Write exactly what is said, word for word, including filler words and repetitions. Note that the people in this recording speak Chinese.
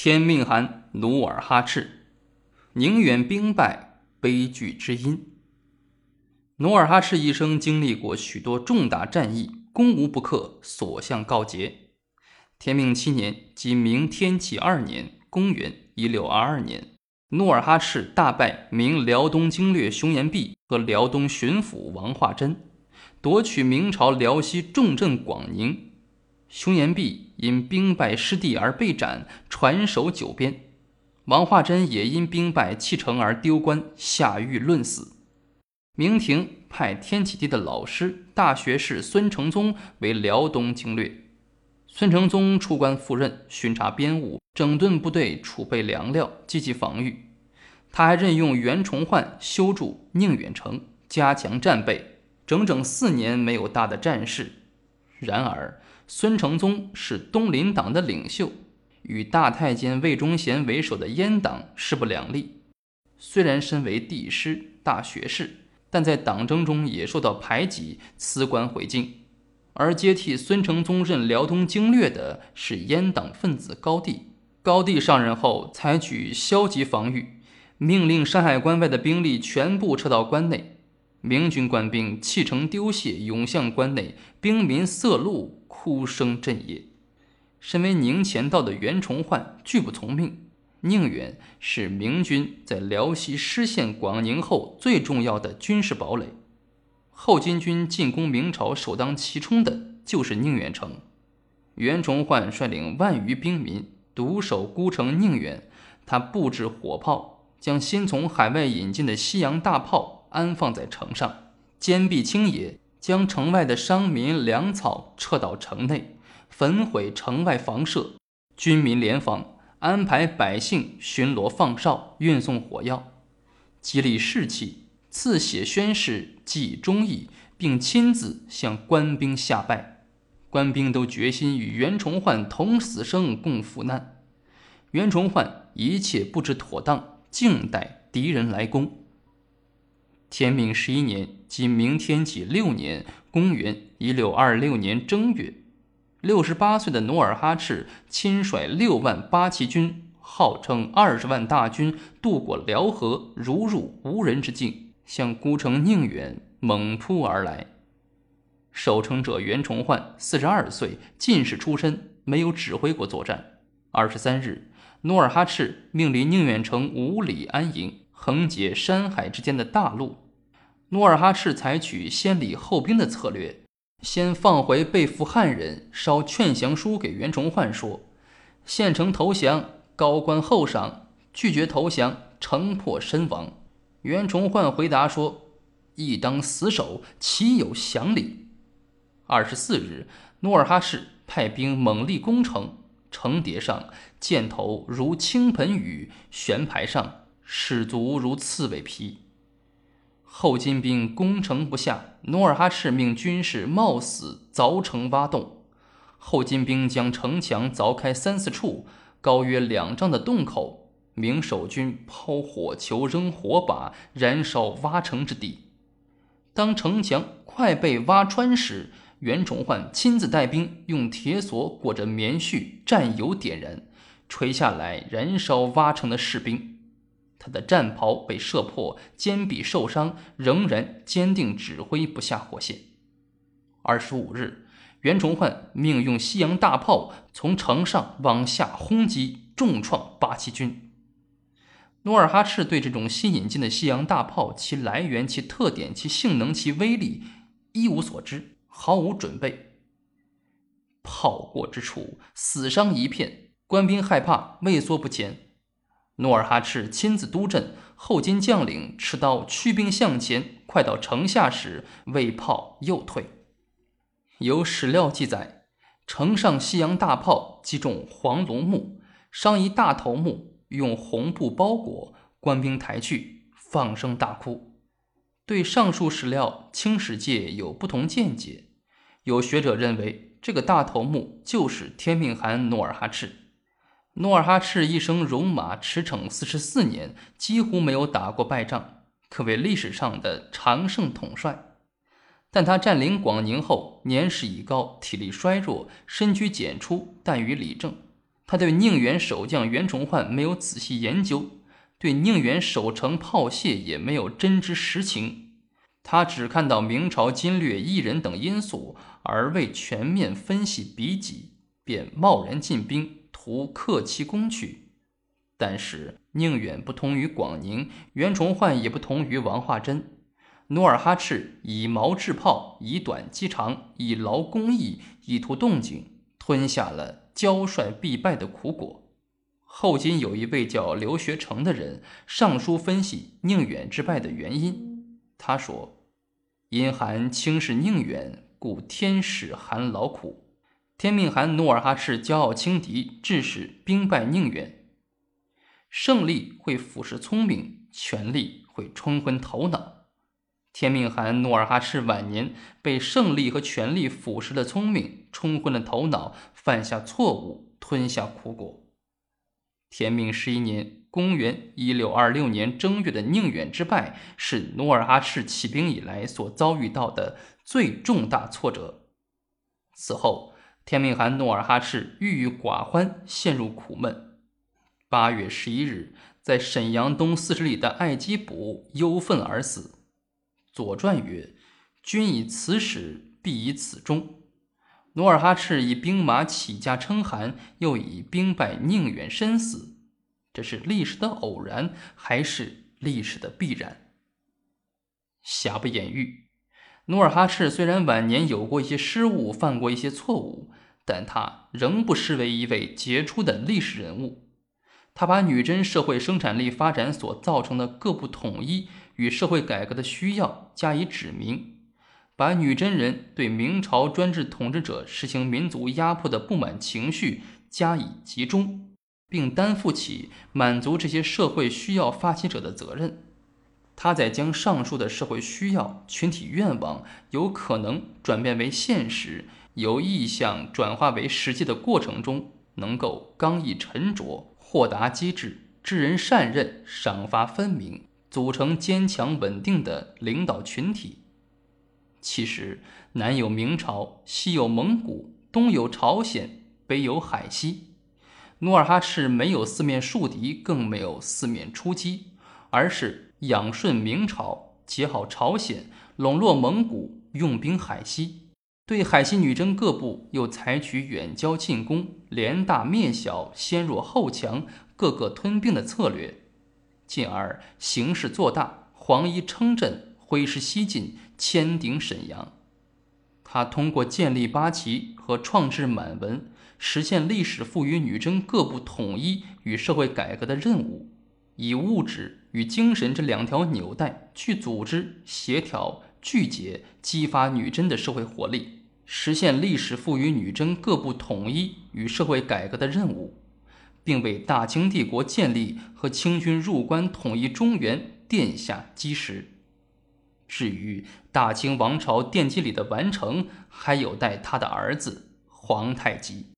天命汗努尔哈赤，宁远兵败，悲剧之因。努尔哈赤一生经历过许多重大战役，攻无不克，所向告捷。天命七年，即明天启二年（公元一六二二年），努尔哈赤大败明辽东经略熊延弼和辽东巡抚王化贞，夺取明朝辽西重镇广宁。熊延弼因兵败失地而被斩，传首九边。王化贞也因兵败弃城而丢官，下狱论死。明廷派天启帝的老师大学士孙承宗为辽东经略。孙承宗出关赴任，巡查边务，整顿部队，储备粮料，积极防御。他还任用袁崇焕修筑宁远城，加强战备，整整四年没有大的战事。然而孙承宗是东林党的领袖，与大太监魏忠贤为首的阉党势不两立。虽然身为帝师大学士，但在党争中也受到排挤，辞官回京。而接替孙承宗任辽东经略的是阉党分子高第。高第上任后采取消极防御，命令山海关外的兵力全部撤到关内。明军官兵弃城丢械，涌向关内，兵民塞路，哭声震夜。身为宁前道的袁崇焕拒不从命。宁远是明军在辽西失陷广宁后最重要的军事堡垒，后金军进攻明朝首当其冲的就是宁远城。袁崇焕率领万余兵民独守孤城宁远，他布置火炮，将新从海外引进的西洋大炮安放在城上，坚壁清野，将城外的商民粮草撤到城内，焚毁城外房舍，军民联防，安排百姓巡逻放哨，运送火药，激励士气，赐血宣誓，记忠义，并亲自向官兵下拜。官兵都决心与袁崇焕同死生，共赴难。袁崇焕一切布置妥当，静待敌人来攻。天命十一年，即明天启六年（公元一六二六年）正月，六十八岁的努尔哈赤亲率六万八旗军，号称二十万大军，渡过辽河，如入无人之境，向孤城宁远猛扑而来。守城者袁崇焕四十二岁，进士出身，没有指挥过作战。二十三日，努尔哈赤命离宁远城五里安营，横截山海之间的大路。努尔哈赤采取先礼后兵的策略，先放回被俘汉人，捎劝降书给袁崇焕说：县城投降，高官厚赏；拒绝投降，城破身亡。袁崇焕回答说：亦当死守，岂有降礼？二十四日，努尔哈赤派兵猛力攻城，城叠上箭头如倾盆雨，悬牌上士卒如刺猬皮。后金兵攻城不下，努尔哈赤命军士冒死凿城挖洞。后金兵将城墙凿开三四处，高约两丈的洞口，明守军抛火球、扔火把，燃烧挖城之地。当城墙快被挖穿时，袁崇焕亲自带兵，用铁索裹着棉絮，蘸油点燃，垂下来燃烧挖城的士兵。他的战袍被射破，肩臂受伤，仍然坚定指挥，不下火线。二十五日，袁崇焕命用西洋大炮从城上往下轰击，重创八旗军。努尔哈赤对这种新引进的西洋大炮，其来源、其特点、其性能、其威力一无所知，毫无准备。炮过之处，死伤一片，官兵害怕，畏缩不前。努尔哈赤亲自督阵，后金将领持刀驱兵向前，快到城下时，未炮又退。有史料记载，城上西洋大炮击中黄龙木，伤一大头目，用红布包裹，官兵抬去，放声大哭。对上述史料，清史界有不同见解。有学者认为，这个大头目就是天命汗努尔哈赤。努尔哈赤一生戎马驰骋四十四年，几乎没有打过败仗，可谓历史上的常胜统帅。但他占领广宁后，年事已高，体力衰弱，身居简出，怠于理政。 他对宁远守将袁崇焕没有仔细研究，对宁远守城炮械也没有真知实情，他只看到明朝侵略异人等因素，而未全面分析彼己，便贸然进兵，图克其攻取。但是宁远不同于广宁，袁崇焕也不同于王化贞。努尔哈赤以矛制炮，以短击长，以劳攻逸，以图动静，吞下了骄帅必败的苦果。后金有一位叫刘学成的人上书分析宁远之败的原因，他说：因韩轻视宁远，故天使韩劳苦。天命汗努尔哈赤骄傲轻敌，致使兵败宁远。胜利会腐蚀聪明，权力会冲昏头脑。天命汗努尔哈赤晚年被胜利和权力腐蚀了聪明，冲昏了头脑，犯下错误，吞下苦果。天命十一年，公元一六二六年正月的宁远之败，是努尔哈赤起兵以来所遭遇到的最重大挫折。此后，天命汗努尔哈赤郁郁寡欢，陷入苦闷。八月十一日，在沈阳东四十里的爱击堡忧愤而死。左传曰：君以此始，必以此终。努尔哈赤以兵马起家称汗，又以兵败宁远身死，这是历史的偶然，还是历史的必然？瑕不掩瑜，努尔哈赤虽然晚年有过一些失误，犯过一些错误，但他仍不失为一位杰出的历史人物。他把女真社会生产力发展所造成的各不统一与社会改革的需要加以指明，把女真人对明朝专制统治者实行民族压迫的不满情绪加以集中，并担负起满足这些社会需要发起者的责任。他在将上述的社会需要、群体愿望有可能转变为现实，由意向转化为实际的过程中，能够刚毅沉着、豁达机智、知人善任、赏罚分明，组成坚强稳定的领导群体。其实，南有明朝，西有蒙古，东有朝鲜，北有海西。努尔哈赤没有四面树敌，更没有四面出击，而是养顺明朝，结好朝鲜，笼络蒙古，用兵海西。对海西女真各部又采取远交近攻、连大灭小、先弱后强、各个吞并的策略，进而形势做大，黄衣称镇，挥师西进，牵顶沈阳。他通过建立八旗和创制满文，实现历史赋予女真各部统一与社会改革的任务，以物质与精神这两条纽带去组织、协调、聚结、激发女真的社会活力，实现历史赋予女真各部统一与社会改革的任务，并为大清帝国建立和清军入关统一中原奠下基石。至于大清王朝奠基礼的完成，还有待他的儿子皇太极。